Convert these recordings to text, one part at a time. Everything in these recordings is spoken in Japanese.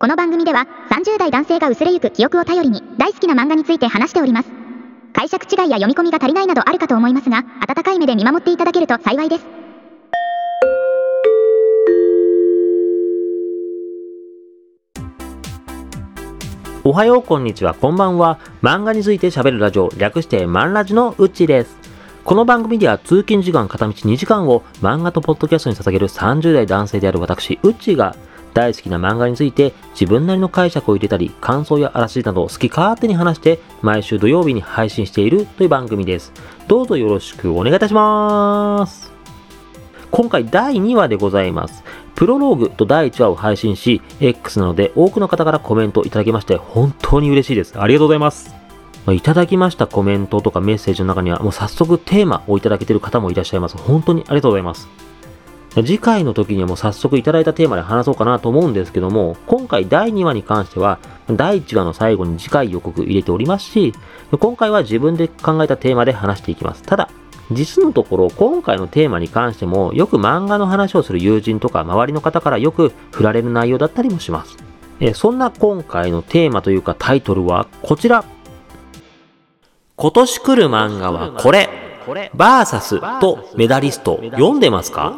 この番組では30代男性が薄れゆく記憶を頼りに大好きな漫画について話しております。解釈違いや読み込みが足りないなどあるかと思いますが、温かい目で見守っていただけると幸いです。 おはよう、こんにちは、こんばんは。漫画について喋るラジオ、略してマンラジのうっちーです。この番組では通勤時間片道2時間を漫画とポッドキャストに捧げる30代男性である私、うっちーが大好きな漫画について自分なりの解釈を入れたり、感想やあらすじなどを好き勝手に話して毎週土曜日に配信しているという番組です。どうぞよろしくお願いいたします。今回第2話でございます。プロローグと第1話を配信し、X なので多くの方からコメントをいただきまして本当に嬉しいです。ありがとうございます。いただきましたコメントとかメッセージの中にはもう早速テーマをいただけている方もいらっしゃいます。本当にありがとうございます。次回の時にはもう早速いただいたテーマで話そうかなと思うんですけども、今回第2話に関しては第1話の最後に次回予告入れておりますし、今回は自分で考えたテーマで話していきます。ただ実のところ今回のテーマに関してもよく漫画の話をする友人とか周りの方からよく振られる内容だったりもします。そんな今回のテーマというかタイトルはこちら。今年来る漫画はこれバーサスとメダリスト読んでますか？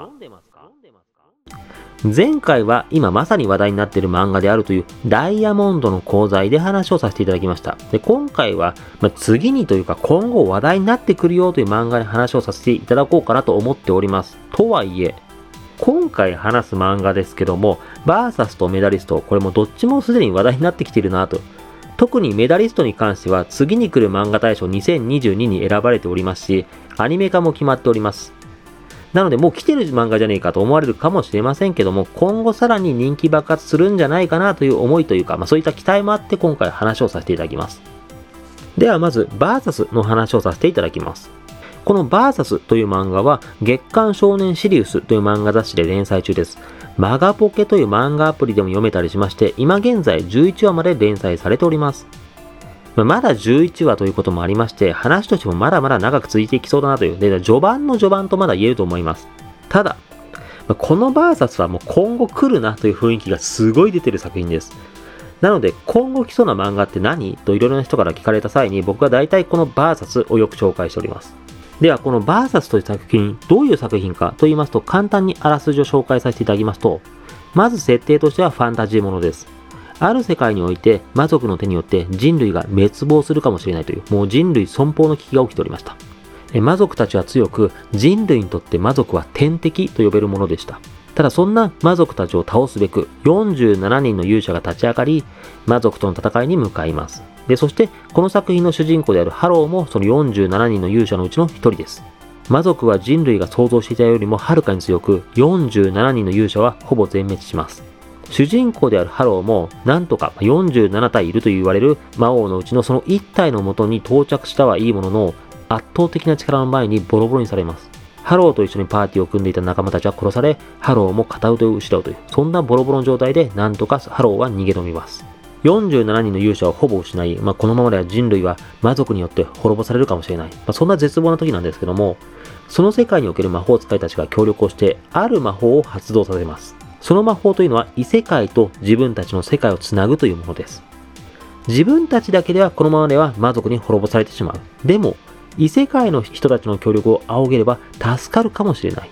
前回は今まさに話題になっている漫画であるというダイヤモンドの功罪で話をさせていただきました。で今回は、次にというか今後話題になってくるよという漫画に話をさせていただこうかなと思っております。とはいえ今回話す漫画ですけども、バーサスとメダリスト、これもどっちもすでに話題になってきているなと。特にメダリストに関しては次に来る漫画大賞2022に選ばれておりますし、アニメ化も決まっております。なのでもう来てる漫画じゃねえかと思われるかもしれませんけども、今後さらに人気爆発するんじゃないかなという思いというか、そういった期待もあって今回話をさせていただきます。ではまずバーサスの話をさせていただきます。このバーサスという漫画は月刊少年シリウスという漫画雑誌で連載中です。マガポケという漫画アプリでも読めたりしまして、今現在11話まで連載されております。まだ11話ということもありまして、話としてもまだまだ長く続いていきそうだなという、で序盤の序盤とまだ言えると思います。ただ、このバーサスはもう今後来るなという雰囲気がすごい出てる作品です。なので今後来そうな漫画って何といろいろな人から聞かれた際に、僕は大体このバーサスをよく紹介しております。ではこのバーサスという作品、どういう作品かと言いますと、簡単にあらすじを紹介させていただきますと、まず設定としてはファンタジーものです。ある世界において魔族の手によって人類が滅亡するかもしれないという、もう人類存亡の危機が起きておりました。魔族たちは強く、人類にとって魔族は天敵と呼べるものでした。ただそんな魔族たちを倒すべく47人の勇者が立ち上がり、魔族との戦いに向かいます。でそしてこの作品の主人公であるハローもその47人の勇者のうちの一人です。魔族は人類が想像していたよりもはるかに強く、47人の勇者はほぼ全滅します。主人公であるハローもなんとか47体いると言われる魔王のうちのその1体の元に到着したはいいものの、圧倒的な力の前にボロボロにされます。ハローと一緒にパーティーを組んでいた仲間たちは殺され、ハローも片腕を失うという、そんなボロボロの状態でなんとかハローは逃げ延びます。47人の勇者をほぼ失い、このままでは人類は魔族によって滅ぼされるかもしれない、そんな絶望な時なんですけども、その世界における魔法使いたちが協力をしてある魔法を発動させます。その魔法というのは異世界と自分たちの世界をつなぐというものです。自分たちだけではこのままでは魔族に滅ぼされてしまう。でも異世界の人たちの協力を仰げれば助かるかもしれない。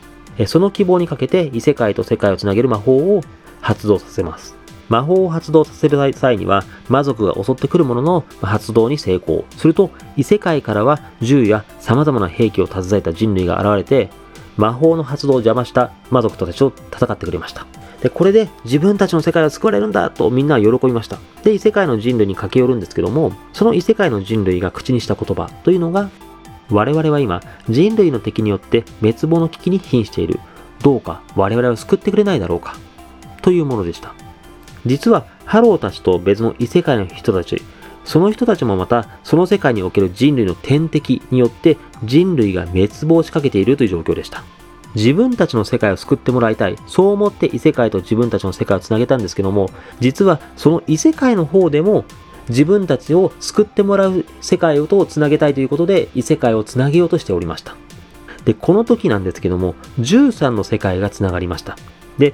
その希望にかけて異世界と世界をつなげる魔法を発動させます。魔法を発動させる際には魔族が襲ってくるものの発動に成功すると、異世界からは銃や様々な兵器を携えた人類が現れて、魔法の発動を邪魔した魔族たちと戦ってくれました。でこれで自分たちの世界は救われるんだとみんなは喜びました。で異世界の人類に駆け寄るんですけども、その異世界の人類が口にした言葉というのが、我々は今人類の敵によって滅亡の危機に瀕している。どうか我々を救ってくれないだろうかというものでした。実はハローたちと別の異世界の人たち、その人たちもまたその世界における人類の天敵によって人類が滅亡しかけているという状況でした。自分たちの世界を救ってもらいたい、そう思って異世界と自分たちの世界をつなげたんですけども、実はその異世界の方でも自分たちを救ってもらう世界とつなげたいということで異世界をつなげようとしておりました。でこの時なんですけども13の世界がつながりました。で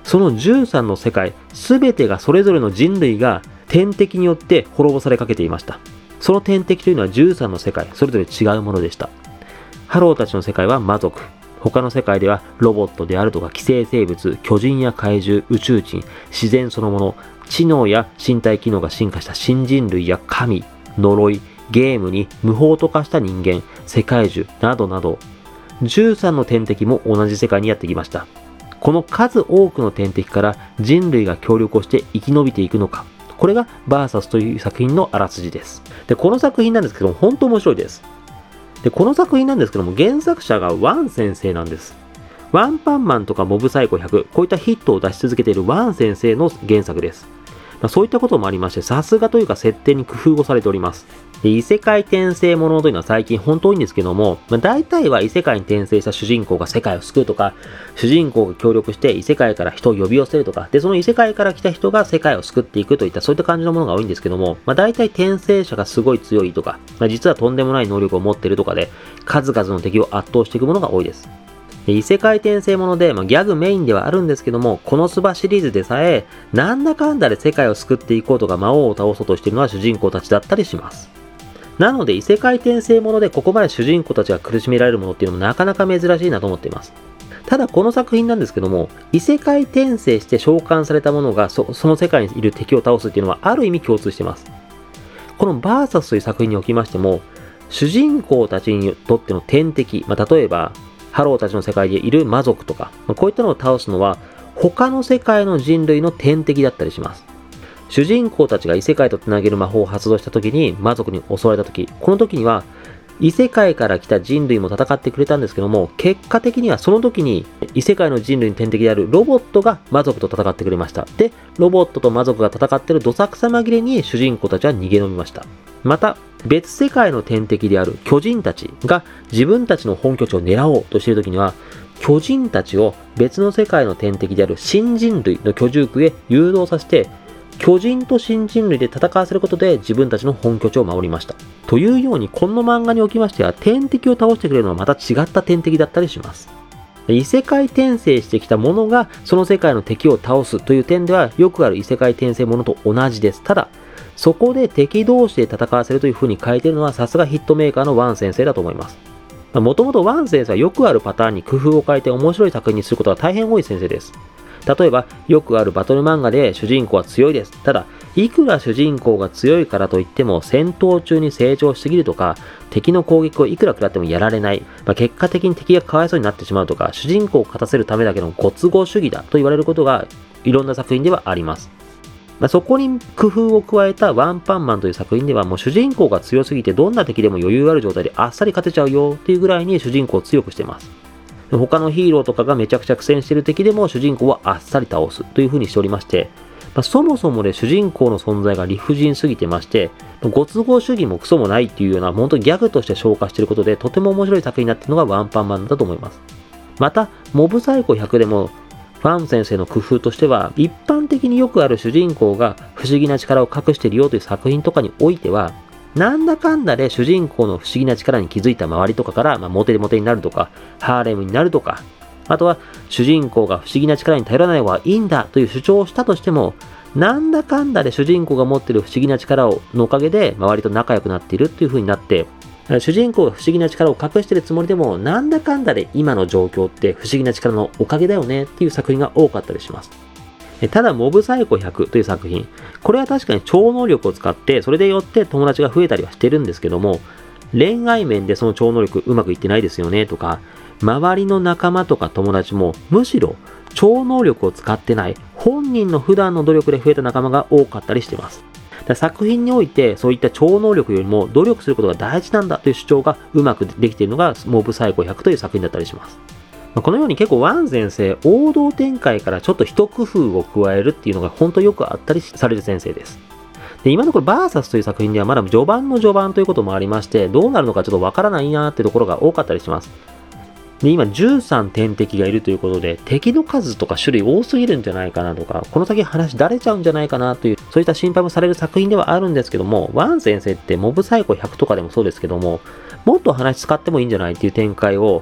その13の世界全てがそれぞれの人類が天敵によって滅ぼされかけていました。その天敵というのは13の世界それぞれ違うものでした。ハローたちの世界は魔族、他の世界ではロボットであるとか寄生生物、巨人や怪獣、宇宙人、自然そのもの、知能や身体機能が進化した新人類や神、呪い、ゲームに無法と化した人間、世界樹などなど、13の天敵も同じ世界にやってきました。この数多くの天敵から人類が協力をして生き延びていくのか、これがバーサスという作品のあらすじです。で、この作品なんですけども、本当面白いです。で、この作品なんですけども、原作者がワン先生なんです。ワンパンマンとかモブサイコ100、こういったヒットを出し続けているワン先生の原作です。そういったこともありまして、さすがというか設定に工夫をされております。で、異世界転生ものというのは最近本当多いんですけども、大体は異世界に転生した主人公が世界を救うとか、主人公が協力して異世界から人を呼び寄せるとか、で、その異世界から来た人が世界を救っていくといったそういった感じのものが多いんですけども、大体転生者がすごい強いとか、実はとんでもない能力を持っているとかで、数々の敵を圧倒していくものが多いです。で、異世界転生もので、ギャグメインではあるんですけども、このスバシリーズでさえ、なんだかんだで世界を救っていこうとか魔王を倒そうとしているのは主人公たちだったりします。なので異世界転生ものでここまで主人公たちが苦しめられるものっていうのもなかなか珍しいなと思っています。ただこの作品なんですけども、異世界転生して召喚されたものがその世界にいる敵を倒すっていうのはある意味共通しています。このバーサスという作品におきましても、主人公たちにとっての天敵、例えばハローたちの世界でいる魔族とか、こういったのを倒すのは他の世界の人類の天敵だったりします。主人公たちが異世界とつなげる魔法を発動した時に魔族に襲われた時、この時には異世界から来た人類も戦ってくれたんですけども、結果的にはその時に異世界の人類の天敵であるロボットが魔族と戦ってくれました。で、ロボットと魔族が戦っているどさくさ紛れに主人公たちは逃げ延びました。また、別世界の天敵である巨人たちが自分たちの本拠地を狙おうとしている時には、巨人たちを別の世界の天敵である新人類の居住区へ誘導させて、巨人と新人類で戦わせることで自分たちの本拠地を守りました。というように、この漫画におきましては、天敵を倒してくれるのはまた違った天敵だったりします。異世界転生してきたものがその世界の敵を倒すという点では、よくある異世界転生ものと同じです。ただ、そこで敵同士で戦わせるという風に書いているのは、さすがヒットメーカーのワン先生だと思います。もともとワン先生はよくあるパターンに工夫を変えて面白い作品にすることが大変多い先生です。例えば、よくあるバトル漫画で主人公は強いです。ただ、いくら主人公が強いからといっても、戦闘中に成長しすぎるとか、敵の攻撃をいくら食らってもやられない、結果的に敵がかわいそうになってしまうとか、主人公を勝たせるためだけのご都合主義だと言われることが、いろんな作品ではあります。そこに工夫を加えたワンパンマンという作品では、もう主人公が強すぎてどんな敵でも余裕ある状態であっさり勝てちゃうよっていうぐらいに主人公を強くしています。他のヒーローとかがめちゃくちゃ苦戦している敵でも主人公はあっさり倒すという風にしておりまして、そもそもで主人公の存在が理不尽すぎてまして、ご都合主義もクソもないっていうような本当にギャグとして消化していることで、とても面白い作品になっているのがワンパンマンだと思います。また、モブサイコ100でもファン先生の工夫としては、一般的によくある主人公が不思議な力を隠しているよという作品とかにおいては、なんだかんだで主人公の不思議な力に気づいた周りとかから、モテモテになるとか、ハーレムになるとか、あとは主人公が不思議な力に頼らない方がいいんだという主張をしたとしても、なんだかんだで主人公が持っている不思議な力のおかげで周りと仲良くなっているっていう風になって、主人公が不思議な力を隠しているつもりでも、なんだかんだで今の状況って不思議な力のおかげだよねっていう作品が多かったりします。ただ、モブサイコ100という作品、これは確かに超能力を使って、それでよって友達が増えたりはしてるんですけども、恋愛面でその超能力うまくいってないですよねとか、周りの仲間とか友達もむしろ超能力を使ってない本人の普段の努力で増えた仲間が多かったりしています。作品においてそういった超能力よりも努力することが大事なんだという主張がうまくできているのがモブサイコ100という作品だったりします。このように結構ワン先生、王道展開からちょっと一工夫を加えるっていうのが本当よくあったりされる先生です。で、今のこれバーサスという作品ではまだ序盤の序盤ということもありまして、どうなるのかちょっとわからないなーってところが多かったりします。で、今13天敵がいるということで、敵の数とか種類多すぎるんじゃないかなとか、この先話だれちゃうんじゃないかなという、そういった心配もされる作品ではあるんですけども、ワン先生ってモブサイコ100とかでもそうですけども、もっと話使ってもいいんじゃないっていう展開を、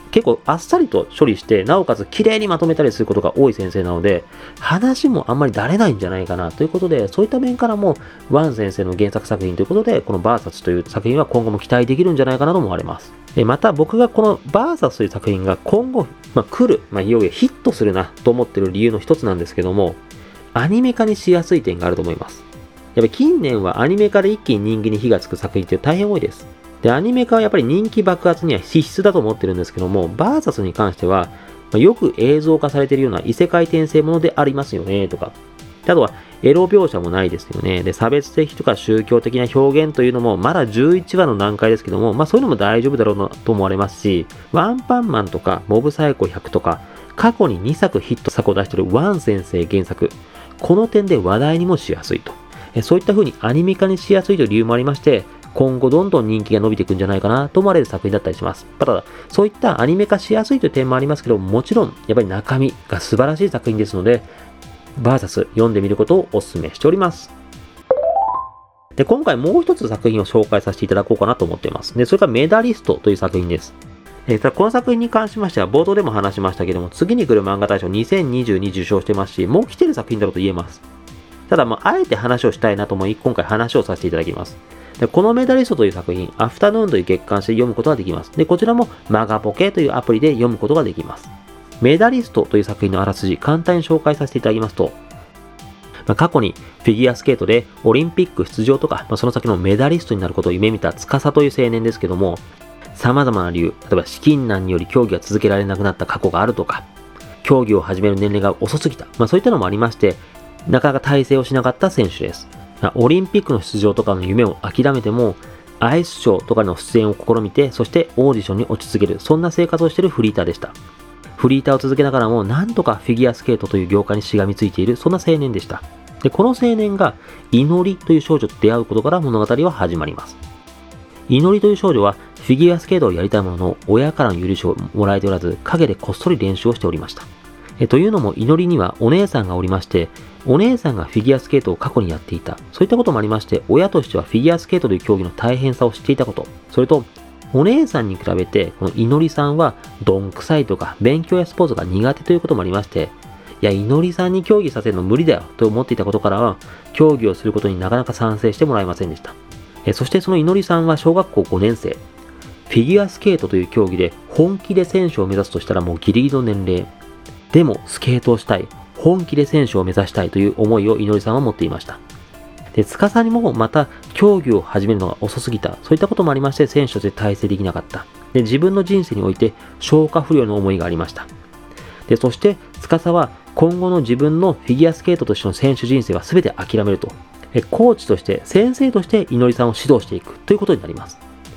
結構あっさりと処理して、なおかつ綺麗にまとめたりすることが多い先生なので、話もあんまりだれないんじゃないかなということで、そういった面からも、ワン先生の原作作品ということで、このバーサスという作品は今後も期待できるんじゃないかなと思われます。また僕がこのバーサスという作品が今後、来る、いよいよヒットするなと思っている理由の一つなんですけども、アニメ化にしやすい点があると思います。やっぱり近年はアニメ化で一気に人気に火がつく作品って大変多いです。で、アニメ化はやっぱり人気爆発には必須だと思ってるんですけども、バーサスに関しては、よく映像化されているような異世界転生ものでありますよね、とか。あとは、エロ描写もないですよね。で、差別的とか宗教的な表現というのも、まだ11話の段階ですけども、そういうのも大丈夫だろうなと思われますし、ワンパンマンとか、モブサイコ100とか、過去に2作ヒット作を出しているワン先生原作、この点で話題にもしやすいと。そういった風にアニメ化にしやすいという理由もありまして、今後どんどん人気が伸びていくんじゃないかなと思われる作品だったりします。ただ、そういったアニメ化しやすいという点もありますけど、もちろん、やっぱり中身が素晴らしい作品ですので、バーサス読んでみることをお勧めしております。で、今回もう一つ作品を紹介させていただこうかなと思っています。で、それからメダリストという作品です。この作品に関しましては冒頭でも話しましたけども、次に来る漫画大賞2020に受賞してますし、もう来てる作品だろうと言えます。ただ、あえて話をしたいなと思い、今回話をさせていただきます。で、このメダリストという作品、アフタヌーンという月刊誌で読むことができます。で、こちらもマガポケというアプリで読むことができます。メダリストという作品のあらすじ、簡単に紹介させていただきますと、過去にフィギュアスケートでオリンピック出場とか、その先のメダリストになることを夢見た司という青年ですけども、様々な理由、例えば資金難により競技が続けられなくなった過去があるとか、競技を始める年齢が遅すぎた、そういったのもありまして、なかなか大成をしなかった選手です。オリンピックの出場とかの夢を諦めても、アイスショーとかの出演を試みて、そしてオーディションに落ち続ける、そんな生活をしているフリーターでした。フリーターを続けながらも、なんとかフィギュアスケートという業界にしがみついている、そんな青年でした。で、この青年が、祈りという少女と出会うことから物語は始まります。祈りという少女は、フィギュアスケートをやりたいものの、親からの許しをもらえておらず、陰でこっそり練習をしておりました。というのも、祈りにはお姉さんがおりまして、お姉さんがフィギュアスケートを過去にやっていた。そういったこともありまして、親としてはフィギュアスケートという競技の大変さを知っていたこと。それと、お姉さんに比べて、この祈りさんは、どんくさいとか、勉強やスポーツが苦手ということもありまして、いや、祈りさんに競技させるの無理だよ、と思っていたことからは、競技をすることになかなか賛成してもらえませんでした。そしてその祈りさんは小学校5年生。フィギュアスケートという競技で本気で選手を目指すとしたらもうギリギリの年齢。でも、スケートをしたい。本気で選手を目指したいという思いを祈りさんは持っていました。で、司にもまた競技を始めるのが遅すぎた。そういったこともありまして、選手として大成できなかった。で、自分の人生において消化不良の思いがありました。で、そして、司は今後の自分のフィギュアスケートとしての選手人生は全て諦めると。コーチとして、先生として祈りさんを指導していくということになります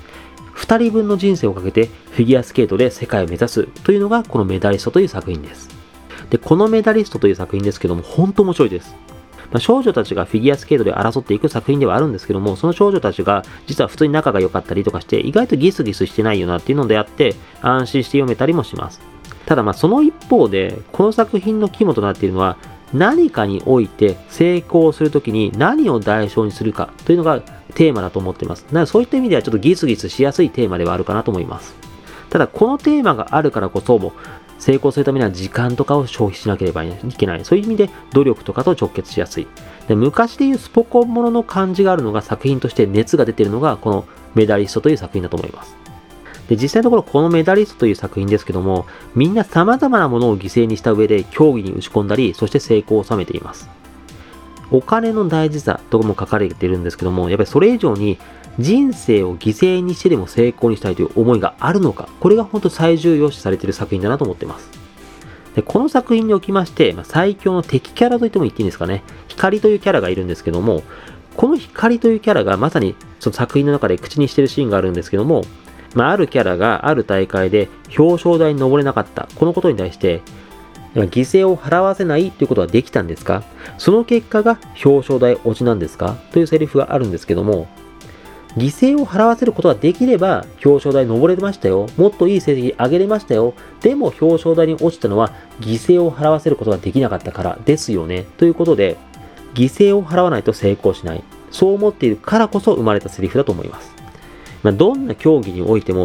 。2人分の人生をかけてフィギュアスケートで世界を目指すというのがこのメダリストという作品です。で、このメダリストという作品ですけども、本当面白いです。少女たちがフィギュアスケートで争っていく作品ではあるんですけども、その少女たちが実は普通に仲が良かったりとかして、意外とギスギスしてないよなっていうのであって、安心して読めたりもします。ただその一方で、この作品の肝となっているのは、何かにおいて成功するときに何を代償にするかというのがテーマだと思っています。なのでそういった意味ではちょっとギスギスしやすいテーマではあるかなと思います。ただこのテーマがあるからこそも成功するためには時間とかを消費しなければいけない。そういう意味で努力とかと直結しやすい。で、昔でいうスポコンものの感じがあるのが作品として熱が出ているのがこのメダリストという作品だと思います。で、実際のところこのメダリストという作品ですけども、みんな様々なものを犠牲にした上で競技に打ち込んだり、そして成功を収めています。お金の大事さとかも書かれているんですけども、やっぱりそれ以上に人生を犠牲にしてでも成功にしたいという思いがあるのか、これが本当最重要視されている作品だなと思っています。で、この作品におきまして、最強の敵キャラと言っても言っていいんですかね。光というキャラがいるんですけども、この光というキャラがまさにその作品の中で口にしているシーンがあるんですけども、あるキャラがある大会で表彰台に登れなかった。このことに対して、犠牲を払わせないということはできたんですか？その結果が表彰台落ちなんですか？というセリフがあるんですけども、犠牲を払わせることができれば表彰台に登れましたよ。もっといい成績上げれましたよ。でも表彰台に落ちたのは犠牲を払わせることができなかったからですよね。ということで、犠牲を払わないと成功しない。そう思っているからこそ生まれたセリフだと思います。どんな競技においても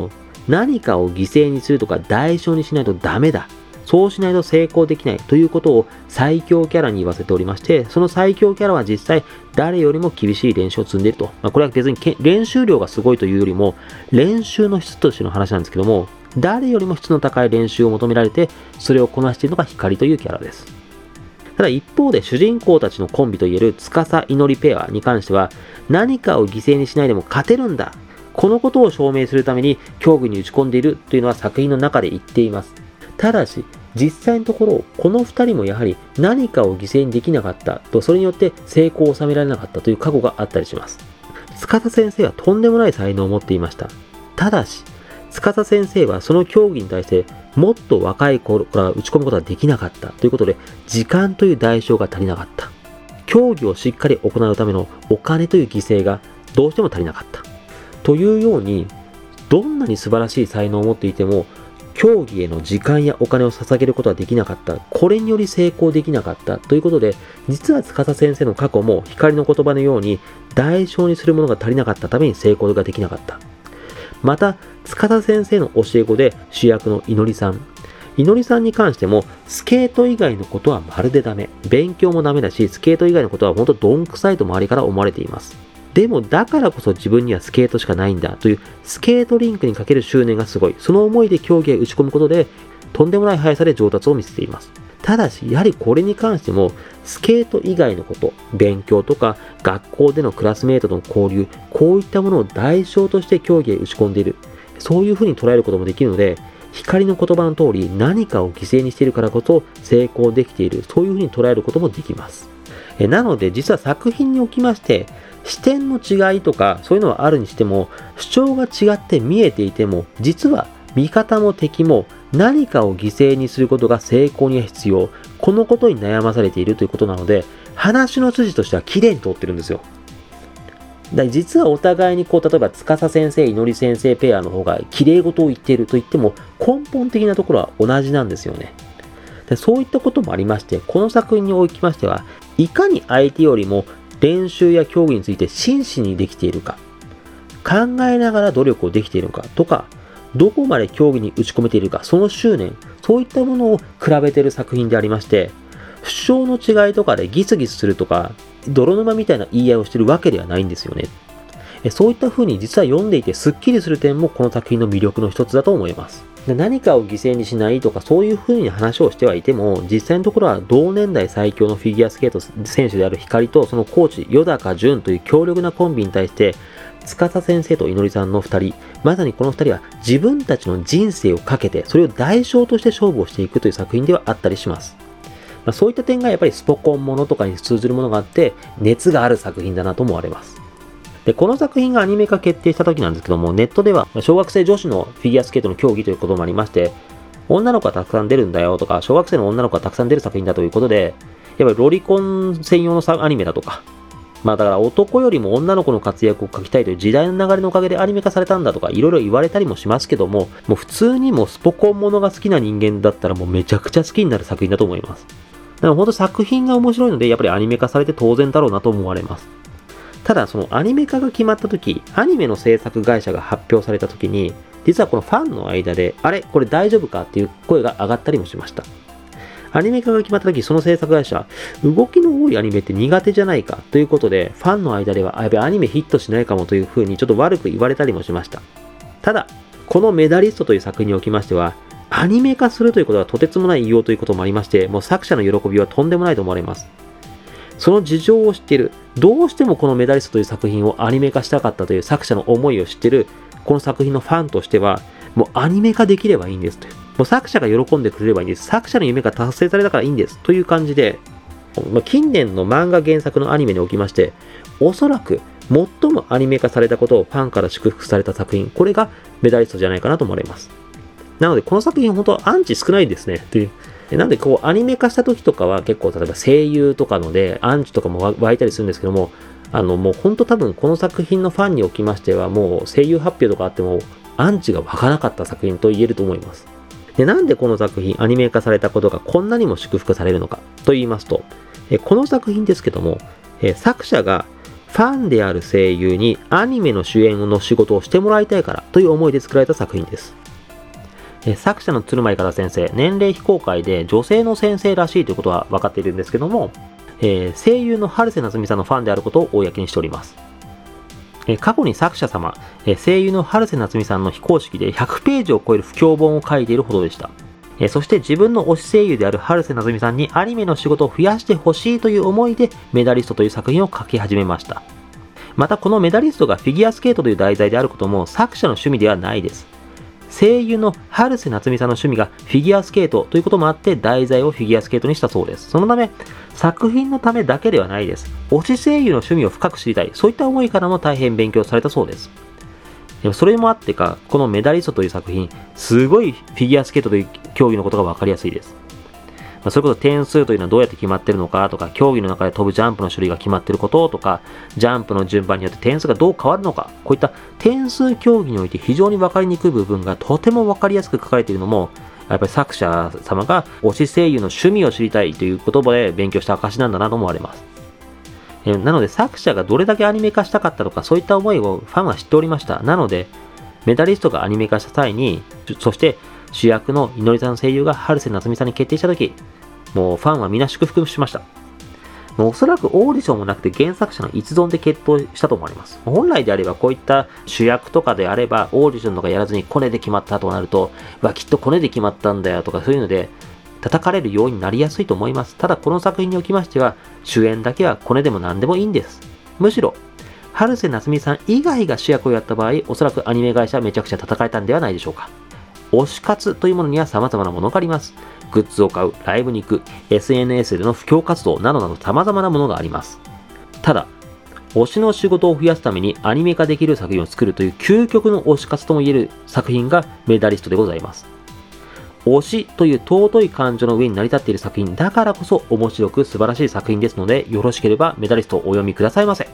何かを犠牲にするとか代償にしないとダメだ。そうしないと成功できないということを最強キャラに言わせておりまして、その最強キャラは実際誰よりも厳しい練習を積んでいると。これは別に練習量がすごいというよりも、練習の質としての話なんですけども、誰よりも質の高い練習を求められて、それをこなしているのが光というキャラです。ただ一方で主人公たちのコンビといえる司祈りペアに関しては、何かを犠牲にしないでも勝てるんだ。このことを証明するために競技に打ち込んでいるというのは作品の中で言っています。ただし、実際のところ、この2人もやはり何かを犠牲にできなかったと、それによって成功を収められなかったという過去があったりします。司先生はとんでもない才能を持っていました。ただし、司先生はその競技に対してもっと若い頃から打ち込むことができなかったということで、時間という代償が足りなかった。競技をしっかり行うためのお金という犠牲がどうしても足りなかった。というように、どんなに素晴らしい才能を持っていても、競技への時間やお金を捧げることはできなかった。これにより成功できなかったということで、実は司先生の過去も光の言葉のように代償にするものが足りなかったために成功ができなかった。また、司先生の教え子で主役の祈りさん。祈りさんに関しても、スケート以外のことはまるでダメ。勉強もダメだし、スケート以外のことは本当どんくさいと周りから思われています。でもだからこそ自分にはスケートしかないんだというスケートリンクにかける執念がすごい。その思いで競技へ打ち込むことでとんでもない速さで上達を見せています。ただしやはりこれに関してもスケート以外のこと、勉強とか学校でのクラスメートとの交流、こういったものを代償として競技へ打ち込んでいる。そういうふうに捉えることもできるので、光の言葉の通り何かを犠牲にしているからこそ成功できている。そういうふうに捉えることもできます。なので実は作品におきまして視点の違いとかそういうのはあるにしても、主張が違って見えていても、実は味方も敵も何かを犠牲にすることが成功には必要。このことに悩まされているということなので、話の筋としては綺麗に通ってるんですよ。実はお互いに例えば司先生、祈り先生ペアの方が綺麗事を言っていると言っても、根本的なところは同じなんですよね。そういったこともありまして、この作品におきましては、いかに相手よりも練習や競技について真摯にできているか、考えながら努力をできているのかとか、どこまで競技に打ち込めているか、その執念、そういったものを比べている作品でありまして、主張の違いとかでギスギスするとか、泥沼みたいな言い合いをしているわけではないんですよね。そういった風に実は読んでいてスッキリする点もこの作品の魅力の一つだと思います。何かを犠牲にしないとかそういう風に話をしてはいても、実際のところは同年代最強のフィギュアスケート選手である光とそのコーチ与高潤という強力なコンビに対して、司先生と祈りさんの2人、まさにこの2人は自分たちの人生をかけてそれを代償として勝負をしていくという作品ではあったりします。そういった点がやっぱりスポコンものとかに通ずるものがあって熱がある作品だなと思われます。で、この作品がアニメ化決定した時なんですけども、ネットでは小学生女子のフィギュアスケートの競技ということもありまして、女の子がたくさん出るんだよとか、小学生の女の子がたくさん出る作品だということで、やっぱりロリコン専用のアニメだとか、だから男よりも女の子の活躍を描きたいという時代の流れのおかげでアニメ化されたんだとかいろいろ言われたりもしますけども、もう普通にもスポコンものが好きな人間だったらもうめちゃくちゃ好きになる作品だと思います。だから本当作品が面白いのでやっぱりアニメ化されて当然だろうなと思われます。ただそのアニメ化が決まった時、アニメの制作会社が発表された時に、実はこのファンの間であれこれ大丈夫かっていう声が上がったりもしました。アニメ化が決まった時、その制作会社、動きの多いアニメって苦手じゃないかということで、ファンの間では、やっぱりアニメヒットしないかもというふうにちょっと悪く言われたりもしました。ただ、このメダリストという作品におきましては、アニメ化するということはとてつもない異様ということもありまして、もう作者の喜びはとんでもないと思われます。その事情を知っている、どうしてもこのメダリストという作品をアニメ化したかったという作者の思いを知っている、この作品のファンとしては、もうアニメ化できればいいんですという。もう作者が喜んでくれればいいんです。作者の夢が達成されたからいいんです。という感じで、近年の漫画原作のアニメにおきまして、おそらく最もアニメ化されたことをファンから祝福された作品、これがメダリストじゃないかなと思われます。なので、この作品本当アンチ少ないですね。という。なんでアニメ化した時とかは結構例えば声優とかのでアンチとかも湧いたりするんですけども、もう本当多分この作品のファンにおきましてはもう声優発表とかあってもアンチが湧かなかった作品と言えると思います。で、なんでこの作品アニメ化されたことがこんなにも祝福されるのかと言いますと、この作品ですけども、作者がファンである声優にアニメの主演の仕事をしてもらいたいからという思いで作られた作品です。 作者の鶴舞方先生、年齢非公開で女性の先生らしいということは分かっているんですけども、声優の春瀬夏美さんのファンであることを公にしております。過去に作者様、声優の春瀬夏美さんの非公式で100ページを超える不協本を書いているほどでした。そして自分の推し声優である春瀬夏美さんにアニメの仕事を増やしてほしいという思いでメダリストという作品を書き始めました。またこのメダリストがフィギュアスケートという題材であることも作者の趣味ではないです。声優の春瀬夏美さんの趣味がフィギュアスケートということもあって題材をフィギュアスケートにしたそうです。そのため作品のためだけではないです。推し声優の趣味を深く知りたい、そういった思いからも大変勉強されたそうです。でもそれもあってか、このメダリストという作品、すごいフィギュアスケートという競技のことが分かりやすいです。それこそ点数というのはどうやって決まっているのかとか、競技の中で飛ぶジャンプの種類が決まっていることとか、ジャンプの順番によって点数がどう変わるのか、こういった点数競技において非常に分かりにくい部分がとても分かりやすく書かれているのも、やっぱり作者様が推し声優の趣味を知りたいという言葉で勉強した証なんだなと思われます。なので作者がどれだけアニメ化したかったとか、そういった思いをファンは知っておりました。なので、メダリストがアニメ化した際に、そして主役のいのりさんの声優が春瀬夏美さんに決定したとき、もうファンは皆祝福しました。もうおそらくオーディションもなくて原作者の一存で決闘したと思われます。本来であればこういった主役とかであればオーディションとかやらずにコネで決まったとなると、きっとコネで決まったんだよとかそういうので叩かれるようになりやすいと思います。ただこの作品におきましては主演だけはコネでも何でもいいんです。むしろ春瀬夏美さん以外が主役をやった場合、おそらくアニメ会社はめちゃくちゃ叩かれたんではないでしょうか。推し活というものには様々なものがあります。グッズを買う、ライブに行く、SNS での布教活動などなど様々なものがあります。ただ、推しの仕事を増やすためにアニメ化できる作品を作るという究極の推し活とも言える作品がメダリストでございます。推しという尊い感情の上に成り立っている作品だからこそ面白く素晴らしい作品ですので、よろしければメダリストをお読みくださいませ。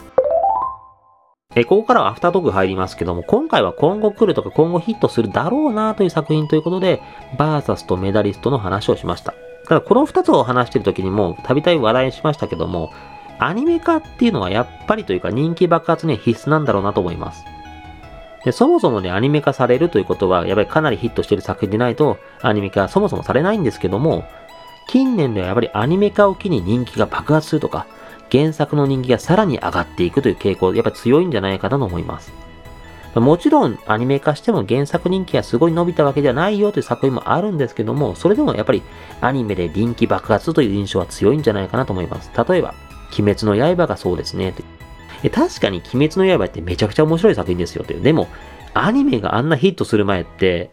ここからはアフタートーク入りますけども、今回は今後来るとか今後ヒットするだろうなという作品ということで、バーサスとメダリストの話をしました。ただこの2つを話している時にもたびたび話題にしましたけども、アニメ化っていうのはやっぱりというか人気爆発に必須なんだろうなと思います。でそもそもね、アニメ化されるということは、やっぱりかなりヒットしている作品でないとアニメ化はそもそもされないんですけども、近年ではやっぱりアニメ化を機に人気が爆発するとか、原作の人気がさらに上がっていくという傾向、やっぱり強いんじゃないかなと思います。もちろんアニメ化しても原作人気がすごい伸びたわけではないよという作品もあるんですけども、それでもやっぱりアニメで人気爆発という印象は強いんじゃないかなと思います。例えば、鬼滅の刃がそうですね。確かに鬼滅の刃ってめちゃくちゃ面白い作品ですよという。でも、アニメがあんなヒットする前って、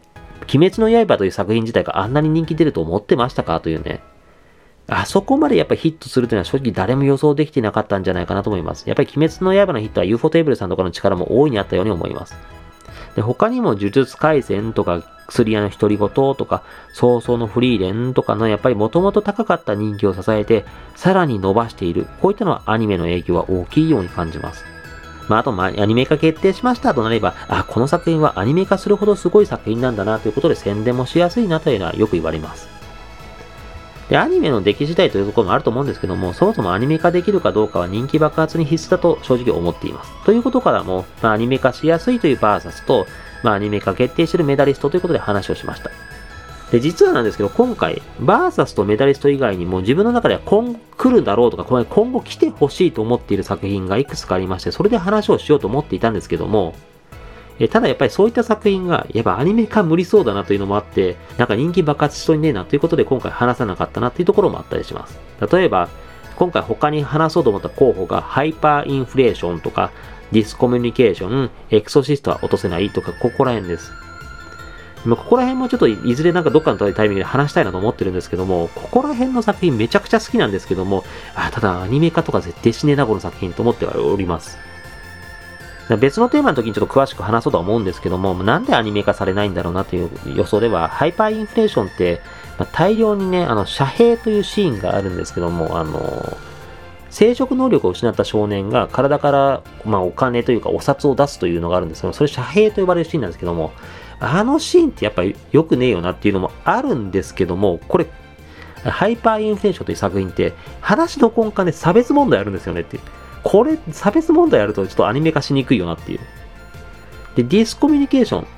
鬼滅の刃という作品自体があんなに人気出ると思ってましたかというね。あそこまでやっぱりヒットするというのは正直誰も予想できていなかったんじゃないかなと思います。やっぱり鬼滅の刃のヒットは UFO テーブルさんとかの力も大いにあったように思います。で他にも呪術廻戦とか薬屋の独り言とか早々のフリーレンとかのやっぱりもともと高かった人気を支えてさらに伸ばしている、こういったのはアニメの影響は大きいように感じます。あとアニメ化決定しましたとなれば、この作品はアニメ化するほどすごい作品なんだなということで宣伝もしやすいなというのはよく言われます。で、アニメの出来次第というところもあると思うんですけども、そもそもアニメ化できるかどうかは人気爆発に必須だと正直思っています。ということからも、アニメ化しやすいというバーサスと、アニメ化決定しているメダリストということで話をしました。で、実はなんですけど、今回、バーサスとメダリスト以外にも自分の中では今後来るだろうとか、今後来てほしいと思っている作品がいくつかありまして、それで話をしようと思っていたんですけども、ただやっぱりそういった作品がやっぱアニメ化無理そうだなというのもあって、なんか人気爆発しそうにねえなということで今回話さなかったなというところもあったりします。例えば今回他に話そうと思った候補がハイパーインフレーションとかディスコミュニケーション、エクソシストは落とせないとか、ここら辺です。ここら辺もちょっといずれなんかどっかのタイミングで話したいなと思ってるんですけども、ここら辺の作品めちゃくちゃ好きなんですけども、ただアニメ化とか絶対しねえなこの作品と思っております。別のテーマの時にちょっと詳しく話そうとは思うんですけども、なんでアニメ化されないんだろうなという予想では、ハイパーインフレーションって、大量にね、遮蔽というシーンがあるんですけども、生殖能力を失った少年が体から、お金というかお札を出すというのがあるんですけど、それ遮蔽と呼ばれるシーンなんですけども、あのシーンってやっぱり良くねえよなっていうのもあるんですけども、これ、ハイパーインフレーションという作品って、話の根幹で差別問題あるんですよねっていう。これ、差別問題あるとちょっとアニメ化しにくいよなっていう。で、ディスコミュニケーション。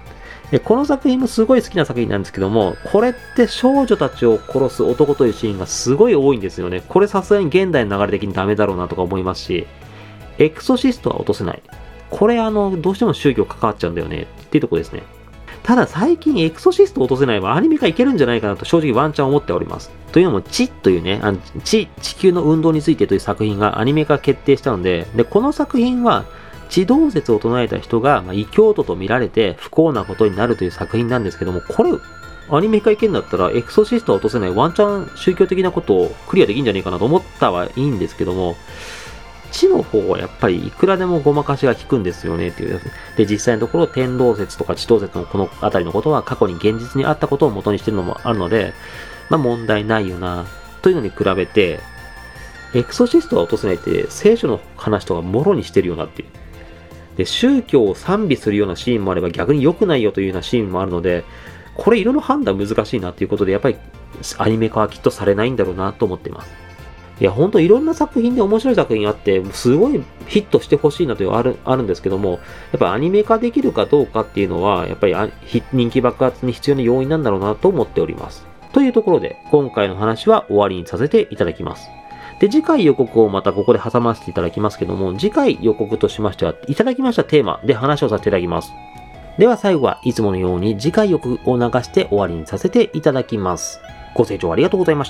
で、この作品もすごい好きな作品なんですけども、これって少女たちを殺す男というシーンがすごい多いんですよね。これさすがに現代の流れ的にダメだろうなとか思いますし、エクソシストは落とせない。これどうしても宗教関わっちゃうんだよねっていうところですね。ただ最近エクソシストを落とせないはアニメ化いけるんじゃないかなと正直ワンチャン思っております。というのも地というね、地球の運動についてという作品がアニメ化決定したので、この作品は地動説を唱えた人が異教徒と見られて不幸なことになるという作品なんですけども、これアニメ化いけるんだったらエクソシストは落とせないワンチャン宗教的なことをクリアできるんじゃないかなと思ったはいいんですけども、地の方はやっぱりいくらでもごまかしが効くんですよねっていう。で、実際のところ天動説とか地動説のこのあたりのことは過去に現実にあったことを元にしてるのもあるので、問題ないよなというのに比べて、エクソシストは落とせないって聖書の話とかもろにしてるよなっていう。で、宗教を賛美するようなシーンもあれば逆に良くないよというようなシーンもあるので、これ色々判断難しいなっていうことで、やっぱりアニメ化はきっとされないんだろうなと思っています。いや、ほんといろんな作品で面白い作品あって、すごいヒットしてほしいなというあるんですけども、やっぱアニメ化できるかどうかっていうのは、やっぱり人気爆発に必要な要因なんだろうなと思っております。というところで、今回の話は終わりにさせていただきます。で、次回予告をまたここで挟ませていただきますけども、次回予告としましては、いただきましたテーマで話をさせていただきます。では最後はいつものように次回予告を流して終わりにさせていただきます。ご清聴ありがとうございました。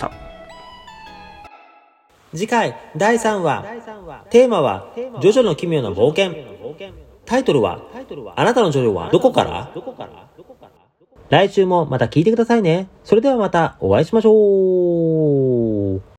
次回第3話、テーマはジョジョの奇妙な冒険。タイトルはあなたのジョジョはどこから？来週もまた聞いてくださいね。それではまたお会いしましょう。